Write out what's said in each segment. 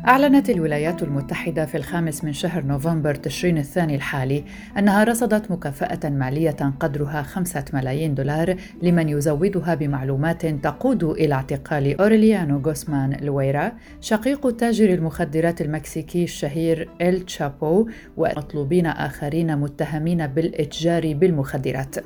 أعلنت الولايات المتحدة في 5 من شهر نوفمبر تشرين الثاني الحالي أنها رصدت مكافأة مالية قدرها $5 ملايين لمن يزودها بمعلومات تقود إلى اعتقال أوريليانو غوسمان لويرا، شقيق تاجر المخدرات المكسيكي الشهير إل تشابو، ومطلوبين آخرين متهمين بالإتجار بالمخدرات.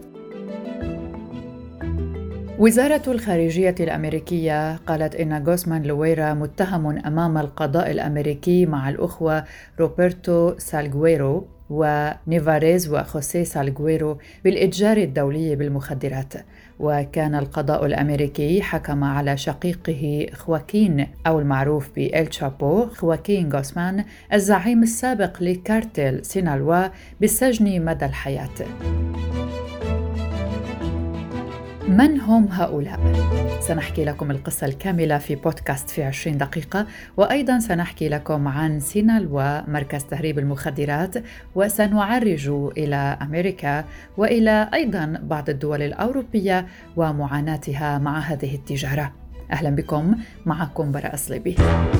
وزارة الخارجية الأمريكية قالت إن غوسمان لويرا متهم أمام القضاء الأمريكي مع الأخوة روبرتو سالغويرو ونيفاريز وخوسيه سالغويرو بالإتجار الدولي بالمخدرات. وكان القضاء الأمريكي حكم على شقيقه خواكين أو المعروف بإل تشابو خواكين غوسمان الزعيم السابق لكارتيل سينالوا بالسجن مدى الحياة. من هم هؤلاء؟ سنحكي لكم القصة الكاملة في بودكاست في 20 دقيقة، وأيضا سنحكي لكم عن سينالوا مركز تهريب المخدرات، وسنعرج إلى أمريكا وإلى أيضا بعض الدول الأوروبية ومعاناتها مع هذه التجارة. أهلا بكم، معكم براء صليبي.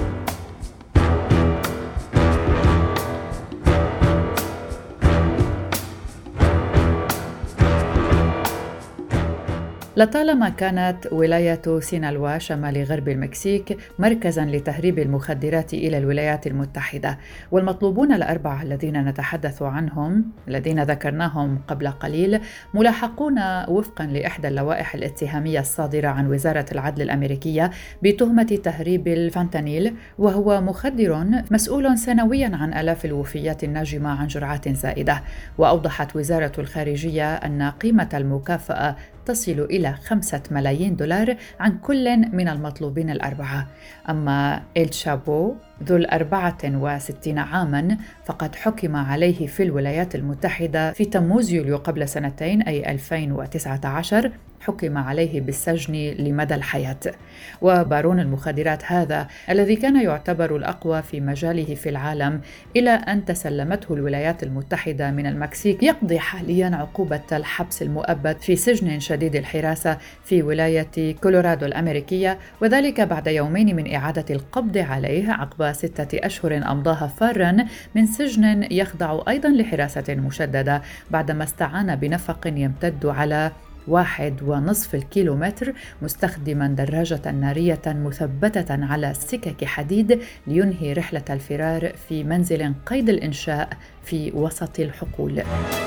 لطالما كانت ولاية سينالوا شمال غرب المكسيك مركزاً لتهريب المخدرات إلى الولايات المتحدة، والمطلوبون الأربعة الذين نتحدث عنهم الذين ذكرناهم قبل قليل ملاحقون وفقاً لإحدى اللوائح الاتهامية الصادرة عن وزارة العدل الأمريكية بتهمة تهريب الفانتانيل، وهو مخدر مسؤول سنوياً عن آلاف الوفيات الناجمة عن جرعات زائدة. وأوضحت وزارة الخارجية أن قيمة المكافأة تصل إلى $5 ملايين عن كل من المطلوبين الأربعة. أما إل تشابو ذو 64 عاماً فقد حكم عليه في الولايات المتحدة في تموز يوليو قبل سنتين أي 2019، حكم عليه بالسجن لمدى الحياة. وبارون المخدرات هذا الذي كان يعتبر الأقوى في مجاله في العالم إلى أن تسلمته الولايات المتحدة من المكسيك يقضي حالياً عقوبة الحبس المؤبد في سجن شديد الحراسة في ولاية كولورادو الأمريكية، وذلك بعد يومين من إعادة القبض عليه عقب 6 أشهر أمضاها فاراً من سجن يخضع أيضاً لحراسة مشددة بعدما استعان بنفق يمتد على 1.5 كيلومتر مستخدما دراجة نارية مثبتة على سكك حديد لينهي رحلة الفرار في منزل قيد الإنشاء في وسط الحقول.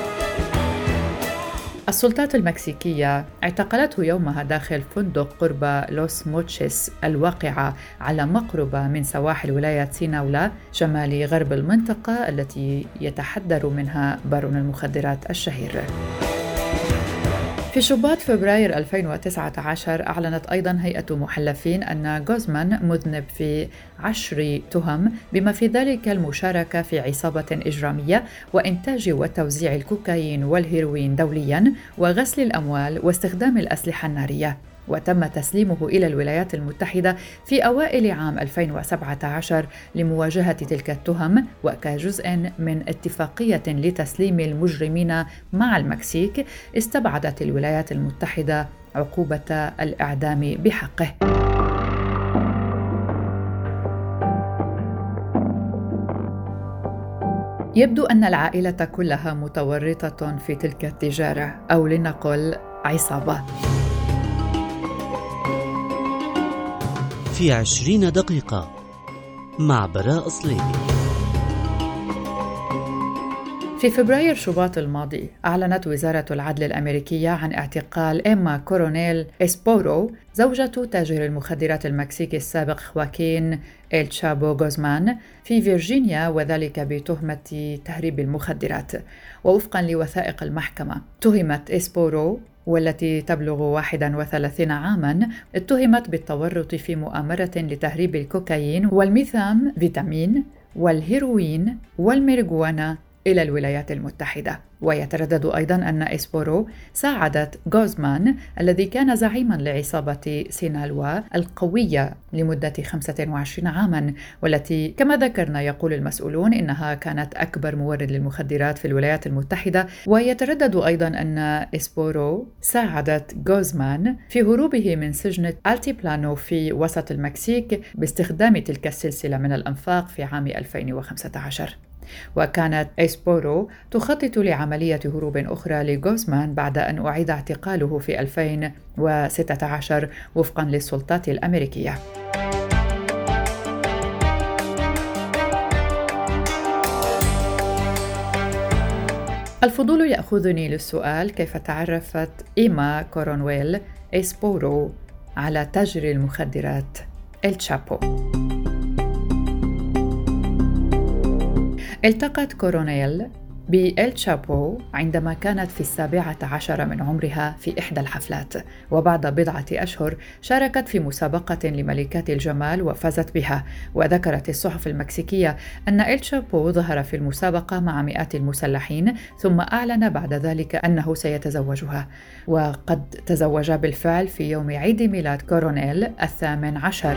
السلطات المكسيكية اعتقلته يومها داخل فندق قرب لوس موتشيس الواقعة على مقربة من سواحل ولاية سيناولا شمال غرب المنطقة التي يتحدر منها بارون المخدرات الشهير. في شباط فبراير 2019 أعلنت أيضاً هيئة محلفين أن غوسمان مذنب في 10 تهم، بما في ذلك المشاركة في عصابة إجرامية وإنتاج وتوزيع الكوكايين والهيروين دولياً وغسل الأموال واستخدام الأسلحة النارية. وتم تسليمه إلى الولايات المتحدة في أوائل عام 2017 لمواجهة تلك التهم، وكجزء من اتفاقية لتسليم المجرمين مع المكسيك استبعدت الولايات المتحدة عقوبة الإعدام بحقه. يبدو أن العائلة كلها متورطة في تلك التجارة، أو لنقل عصابة. في 20 دقيقة مع براء صليبي. في فبراير شباط الماضي أعلنت وزارة العدل الأمريكية عن اعتقال إيما كورونيل إسبورو، زوجة تاجر المخدرات المكسيكي السابق خواكين إل تشابو غوسمان في فيرجينيا، وذلك بتهمة تهريب المخدرات. ووفقاً لوثائق المحكمة تهمت إسبورو والتي تبلغ 31 عاماً اتهمت بالتورط في مؤامرة لتهريب الكوكايين والميثام فيتامين والهيروين والميريجوانا إلى الولايات المتحدة. ويتردد أيضاً أن إسبورو ساعدت غوزمان الذي كان زعيماً لعصابة سينالوا القوية لمدة 25 عاماً، والتي كما ذكرنا يقول المسؤولون إنها كانت أكبر مورد للمخدرات في الولايات المتحدة. ويتردد أيضاً أن إسبورو ساعدت غوزمان في هروبه من سجن ألتيبلانو في وسط المكسيك باستخدام تلك السلسلة من الأنفاق في عام 2015. وكانت إسبورو تخطط لعملية هروب أخرى لغوزمان بعد أن أعيد اعتقاله في 2016 وفقاً للسلطات الأمريكية. الفضول يأخذني للسؤال: كيف تعرفت إيما كورونويل إسبورو على تاجر المخدرات الشابو؟ التقت كورونيل بإل شابو عندما كانت في 17 من عمرها في إحدى الحفلات، وبعد بضعة أشهر شاركت في مسابقة لملكات الجمال وفازت بها. وذكرت الصحف المكسيكية أن إل شابو ظهر في المسابقة مع مئات المسلحين، ثم أعلن بعد ذلك أنه سيتزوجها، وقد تزوج بالفعل في يوم عيد ميلاد كورونيل 18.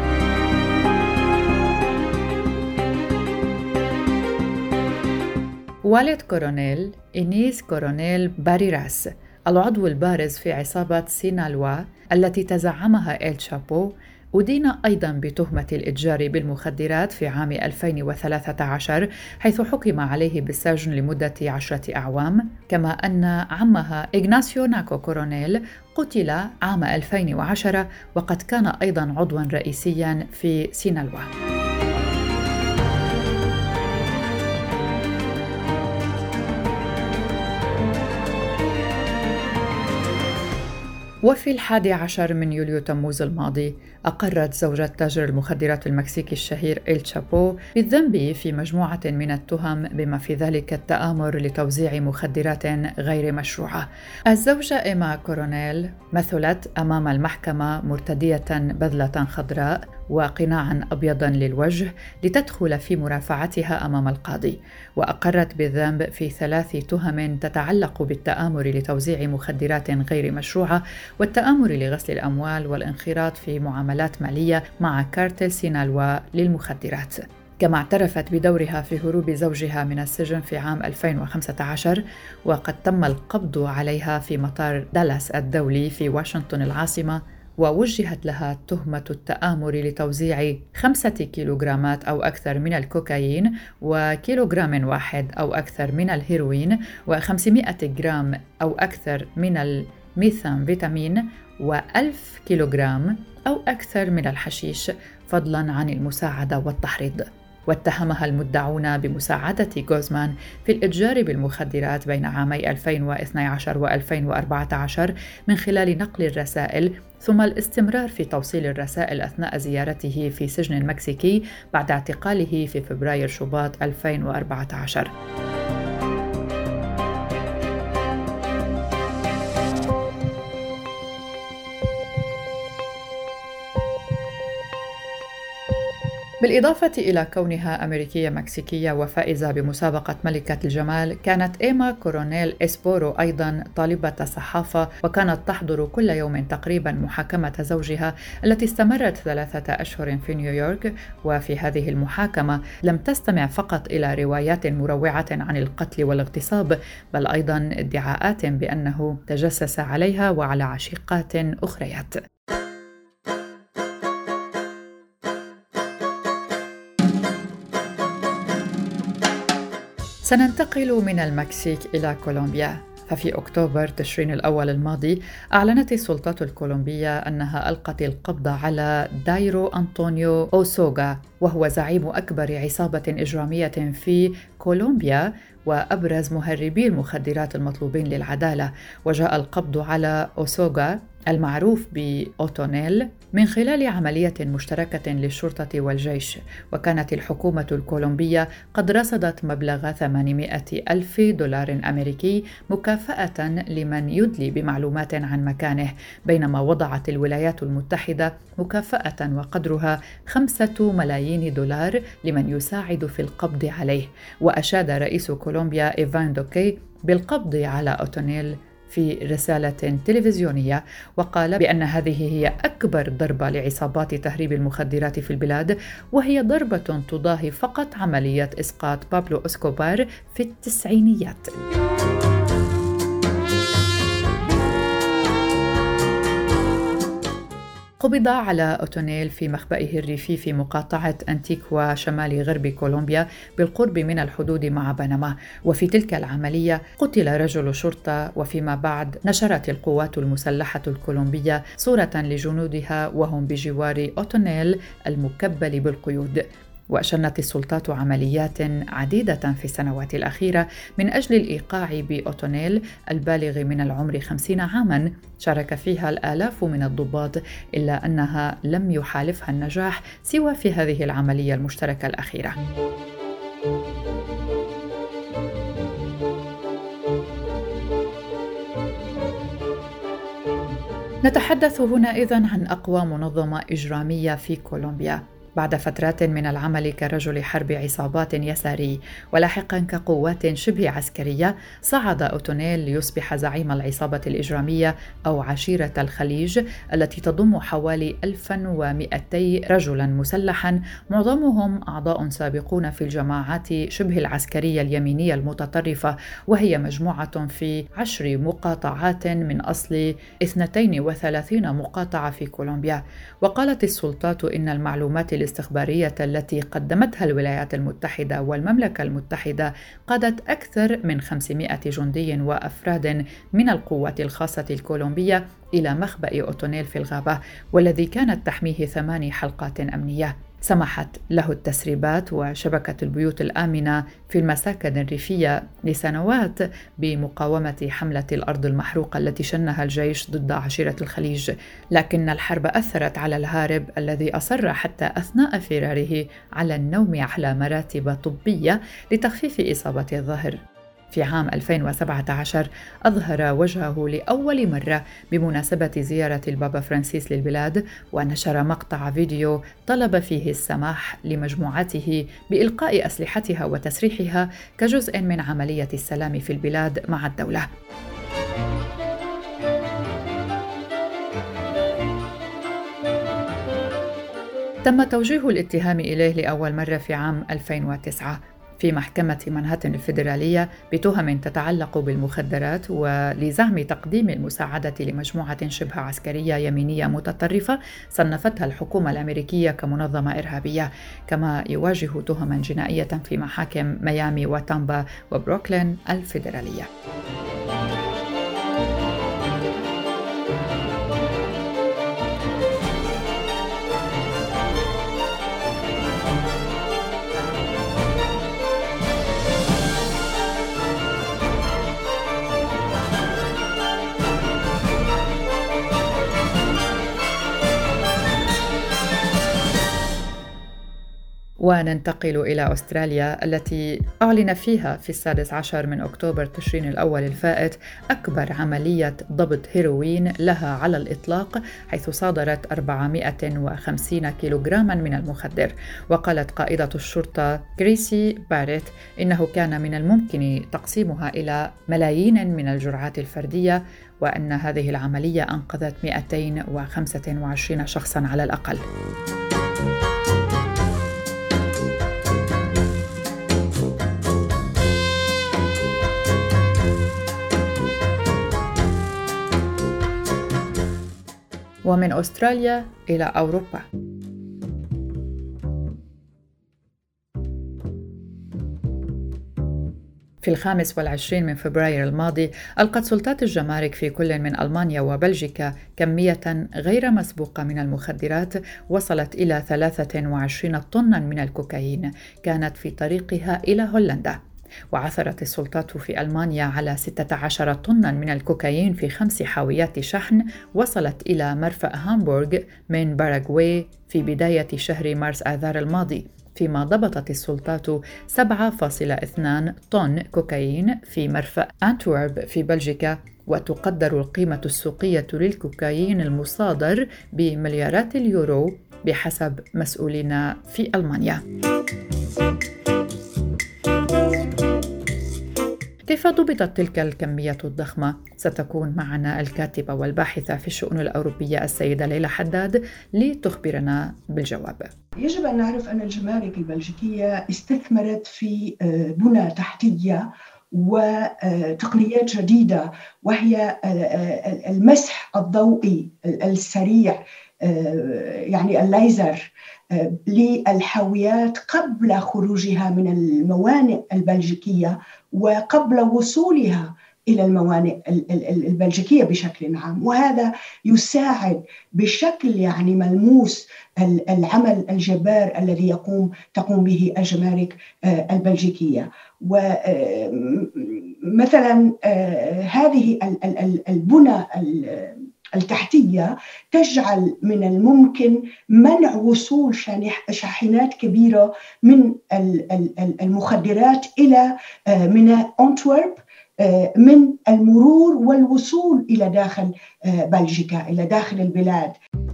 والد كورونيل إنيس كورونيل باريراس، العضو البارز في عصابة سينالوا التي تزعمها إل شابو، أدين أيضاً بتهمة الإتجار بالمخدرات في عام 2013، حيث حكم عليه بالسجن لمدة 10 أعوام. كما أن عمها إغناسيو ناكو كورونيل قتل عام 2010، وقد كان أيضاً عضواً رئيسياً في سينالوا. وفي 11 من يوليو تموز الماضي أقرت زوجة تاجر المخدرات المكسيكي الشهير إل شابو بالذنب في مجموعة من التهم، بما في ذلك التآمر لتوزيع مخدرات غير مشروعة. الزوجة إيما كورونيل مثلت أمام المحكمة مرتدية بذلة خضراء وقناعاً أبيضاً للوجه لتدخل في مرافعتها أمام القاضي، وأقرت بالذنب في 3 تهم تتعلق بالتآمر لتوزيع مخدرات غير مشروعة، والتآمر لغسل الأموال، والانخراط في معاملات مالية مع كارتل سينالوا للمخدرات. كما اعترفت بدورها في هروب زوجها من السجن في عام 2015، وقد تم القبض عليها في مطار دالاس الدولي في واشنطن العاصمة، ووجهت لها تهمة التآمر لتوزيع 5 كيلوغرامات أو أكثر من الكوكايين، وكيلوغرام واحد أو أكثر من الهيروين، و500 جرام أو أكثر من الميثامفيتامين، و1000 كيلوغرام أو أكثر من الحشيش، فضلاً عن المساعدة والتحريض. واتهمها المدعون بمساعدة غوزمان في الإتجار بالمخدرات بين عامي 2012 و2014 من خلال نقل الرسائل، ثم الاستمرار في توصيل الرسائل أثناء زيارته في سجن المكسيكي بعد اعتقاله في فبراير شباط 2014. بالإضافة إلى كونها أمريكية مكسيكية وفائزة بمسابقة ملكة الجمال، كانت إيما كورونيل إسبورو أيضاً طالبة صحافة، وكانت تحضر كل يوم تقريباً محاكمة زوجها التي استمرت 3 أشهر في نيويورك. وفي هذه المحاكمة لم تستمع فقط إلى روايات مروعة عن القتل والاغتصاب، بل أيضاً ادعاءات بأنه تجسس عليها وعلى عشيقات أخريات. سننتقل من المكسيك إلى كولومبيا، ففي أكتوبر تشرين الأول الماضي أعلنت السلطات الكولومبية أنها ألقت القبض على دايرو أنطونيو أوسوغا، وهو زعيم أكبر عصابة إجرامية في كولومبيا وأبرز مهربي المخدرات المطلوبين للعدالة. وجاء القبض على أوسوغا المعروف بأوتونيل من خلال عملية مشتركة للشرطة والجيش. وكانت الحكومة الكولومبية قد رصدت مبلغ 800 ألف دولار أمريكي مكافأة لمن يدلي بمعلومات عن مكانه، بينما وضعت الولايات المتحدة مكافأة وقدرها 5 ملايين دولار لمن يساعد في القبض عليه. وأشاد رئيس كولومبيا إيفان دوكي بالقبض على أوتونيل في رسالة تلفزيونية، وقال بأن هذه هي أكبر ضربة لعصابات تهريب المخدرات في البلاد، وهي ضربة تضاهي فقط عملية إسقاط بابلو إسكوبار في التسعينيات. قبض على أوتونيل في مخبئه الريفي في مقاطعة أنتيكوا شمال غرب كولومبيا بالقرب من الحدود مع بنما. وفي تلك العملية قتل رجل شرطة، وفيما بعد نشرت القوات المسلحة الكولومبية صورة لجنودها وهم بجوار أوتونيل المكبل بالقيود. وأشنت السلطات عمليات عديدة في السنوات الأخيرة من أجل الإيقاع بأوتونيل البالغ من العمر 50 عاماً، شارك فيها الآلاف من الضباط، إلا أنها لم يحالفها النجاح سوى في هذه العملية المشتركة الأخيرة. نتحدث هنا إذن عن أقوى منظمة إجرامية في كولومبيا. بعد فترات من العمل كرجل حرب عصابات يساري ولاحقا كقوات شبه عسكرية، صعد أوتونيل ليصبح زعيم العصابة الإجرامية أو عشيرة الخليج، التي تضم حوالي 1200 رجلا مسلحا، معظمهم أعضاء سابقون في الجماعات شبه العسكرية اليمينية المتطرفة، وهي مجموعة في 10 مقاطعات من أصل 32 مقاطعة في كولومبيا. وقالت السلطات إن المعلومات الاستخبارية التي قدمتها الولايات المتحدة والمملكة المتحدة قادت أكثر من 500 جندي وأفراد من القوات الخاصة الكولومبية إلى مخبأ أوتونيل في الغابة، والذي كانت تحميه 8 حلقات أمنية. سمحت له التسريبات وشبكة البيوت الآمنة في المساكن الريفية لسنوات بمقاومة حملة الأرض المحروقة التي شنها الجيش ضد عشيرة الخليج، لكن الحرب أثرت على الهارب الذي أصر حتى أثناء فراره على النوم على مراتب طبية لتخفيف إصابة الظهر. في عام 2017 أظهر وجهه لأول مرة بمناسبة زيارة البابا فرانسيس للبلاد، ونشر مقطع فيديو طلب فيه السماح لمجموعته بإلقاء أسلحتها وتسريحها كجزء من عملية السلام في البلاد مع الدولة. تم توجيه الاتهام إليه لأول مرة في عام 2009 في محكمة منهاتن الفيدرالية بتهم تتعلق بالمخدرات، ولزعم تقديم المساعدة لمجموعة شبه عسكرية يمينية متطرفة صنفتها الحكومة الأمريكية كمنظمة إرهابية، كما يواجه تهما جنائية في محاكم ميامي وتامبا وبروكلين الفيدرالية. وننتقل إلى أستراليا التي أعلن فيها في 16 من أكتوبر تشرين الأول الفائت أكبر عملية ضبط هيروين لها على الإطلاق، حيث صادرت 450 كيلوغراما من المخدر. وقالت قائدة الشرطة كريسي باريت إنه كان من الممكن تقسيمها إلى ملايين من الجرعات الفردية، وأن هذه العملية أنقذت 225 شخصاً على الأقل. ومن أستراليا إلى أوروبا. في 25 من فبراير الماضي ألقت سلطات الجمارك في كل من ألمانيا وبلجيكا كمية غير مسبوقة من المخدرات وصلت إلى 23 طناً من الكوكايين، كانت في طريقها إلى هولندا. وعثرت السلطات في ألمانيا على 16 طناً من الكوكايين في 5 حاويات شحن وصلت إلى مرفأ هامبورغ من باراغواي في بداية شهر مارس آذار الماضي، فيما ضبطت السلطات 7.2 طن كوكايين في مرفأ أنتورب في بلجيكا. وتقدر القيمة السوقية للكوكايين المصادر بمليارات اليورو بحسب مسؤولين في ألمانيا. كيف ضبطت تلك الكمية الضخمة؟ ستكون معنا الكاتبة والباحثة في الشؤون الأوروبية السيدة ليلى حداد لتخبرنا بالجواب. يجب أن نعرف أن الجمارك البلجيكية استثمرت في بنى تحتية وتقنيات جديدة، وهي المسح الضوئي السريع، يعني الليزر، للحاويات قبل خروجها من الموانئ البلجيكية وقبل وصولها إلى الموانئ البلجيكية بشكل عام. وهذا يساعد بشكل يعني ملموس العمل الجبار الذي تقوم به الجمارك البلجيكية. ومثلا هذه البنى التحتية تجعل من الممكن منع وصول شاحنات كبيرة من المخدرات إلى ميناء أنتورب من المرور والوصول إلى داخل بلجيكا، إلى داخل البلاد.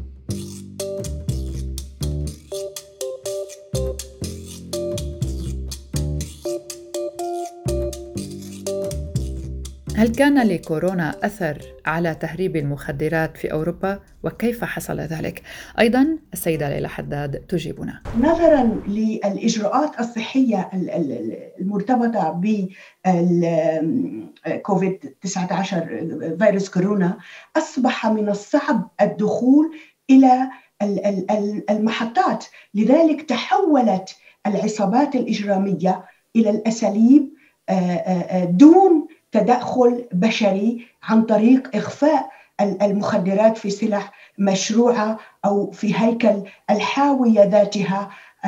هل كان لكورونا أثر على تهريب المخدرات في أوروبا وكيف حصل ذلك؟ أيضاً السيدة ليلى حداد تجيبنا. نظراً للإجراءات الصحية المرتبطة بالكوفيد-19 فيروس كورونا، أصبح من الصعب الدخول إلى المحطات، لذلك تحولت العصابات الإجرامية إلى الأساليب دون تدخل بشري عن طريق إخفاء المخدرات في سلع مشروعة أو في هيكل الحاوية ذاتها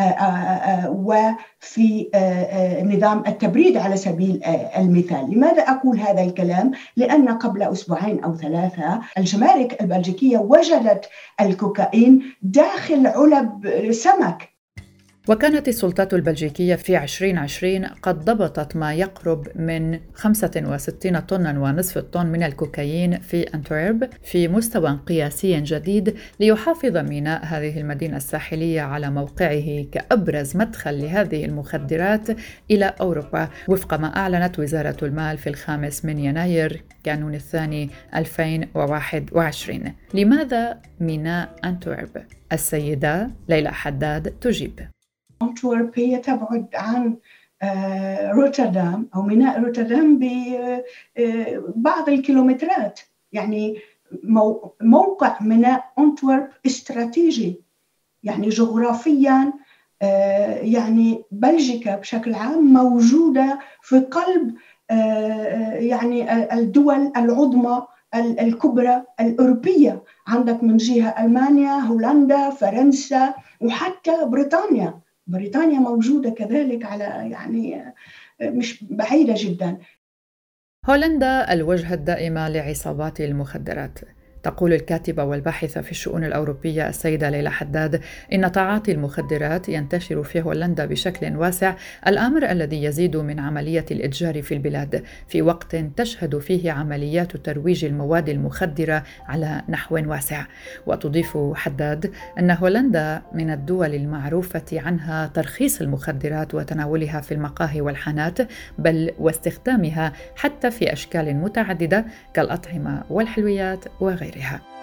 وفي نظام التبريد على سبيل المثال. لماذا أقول هذا الكلام؟ لأن قبل أسبوعين أو 3 الجمارك البلجيكية وجدت الكوكايين داخل علب سمك. وكانت السلطات البلجيكية في 2020 قد ضبطت ما يقرب من 65 طناً ونصف الطن من الكوكايين في أنتورب في مستوى قياسي جديد، ليحافظ ميناء هذه المدينة الساحلية على موقعه كأبرز مدخل لهذه المخدرات إلى أوروبا، وفق ما أعلنت وزارة المال في 5 يناير كانون الثاني 2021. لماذا ميناء أنتورب؟ السيدة ليلى حداد تجيب. أنتورب هي تبعد عن روتردام أو ميناء روتردام ببعض الكيلومترات، يعني موقع ميناء أنتورب استراتيجي، يعني جغرافياً، يعني بلجيكا بشكل عام موجودة في قلب يعني الدول العظمى الكبرى الأوروبية. عندك من جهة ألمانيا، هولندا، فرنسا، وحتى بريطانيا موجودة كذلك على يعني مش بعيدة جدا. هولندا الوجهة الدائمة لعصابات المخدرات. تقول الكاتبة والباحثة في الشؤون الأوروبية السيدة ليلى حداد إن تعاطي المخدرات ينتشر في هولندا بشكل واسع، الأمر الذي يزيد من عملية الإتجار في البلاد في وقت تشهد فيه عمليات ترويج المواد المخدرة على نحو واسع. وتضيف حداد أن هولندا من الدول المعروفة عنها ترخيص المخدرات وتناولها في المقاهي والحانات، بل واستخدامها حتى في أشكال متعددة كالأطعمة والحلويات وغيرها.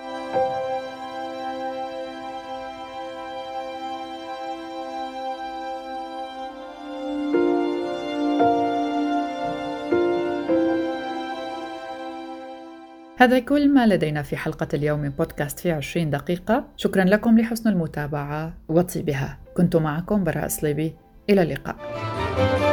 هذا كل ما لدينا في حلقة اليوم من بودكاست في 20 دقيقة. شكرا لكم لحسن المتابعة وطيبها. كنت معكم براء صليبي، إلى اللقاء.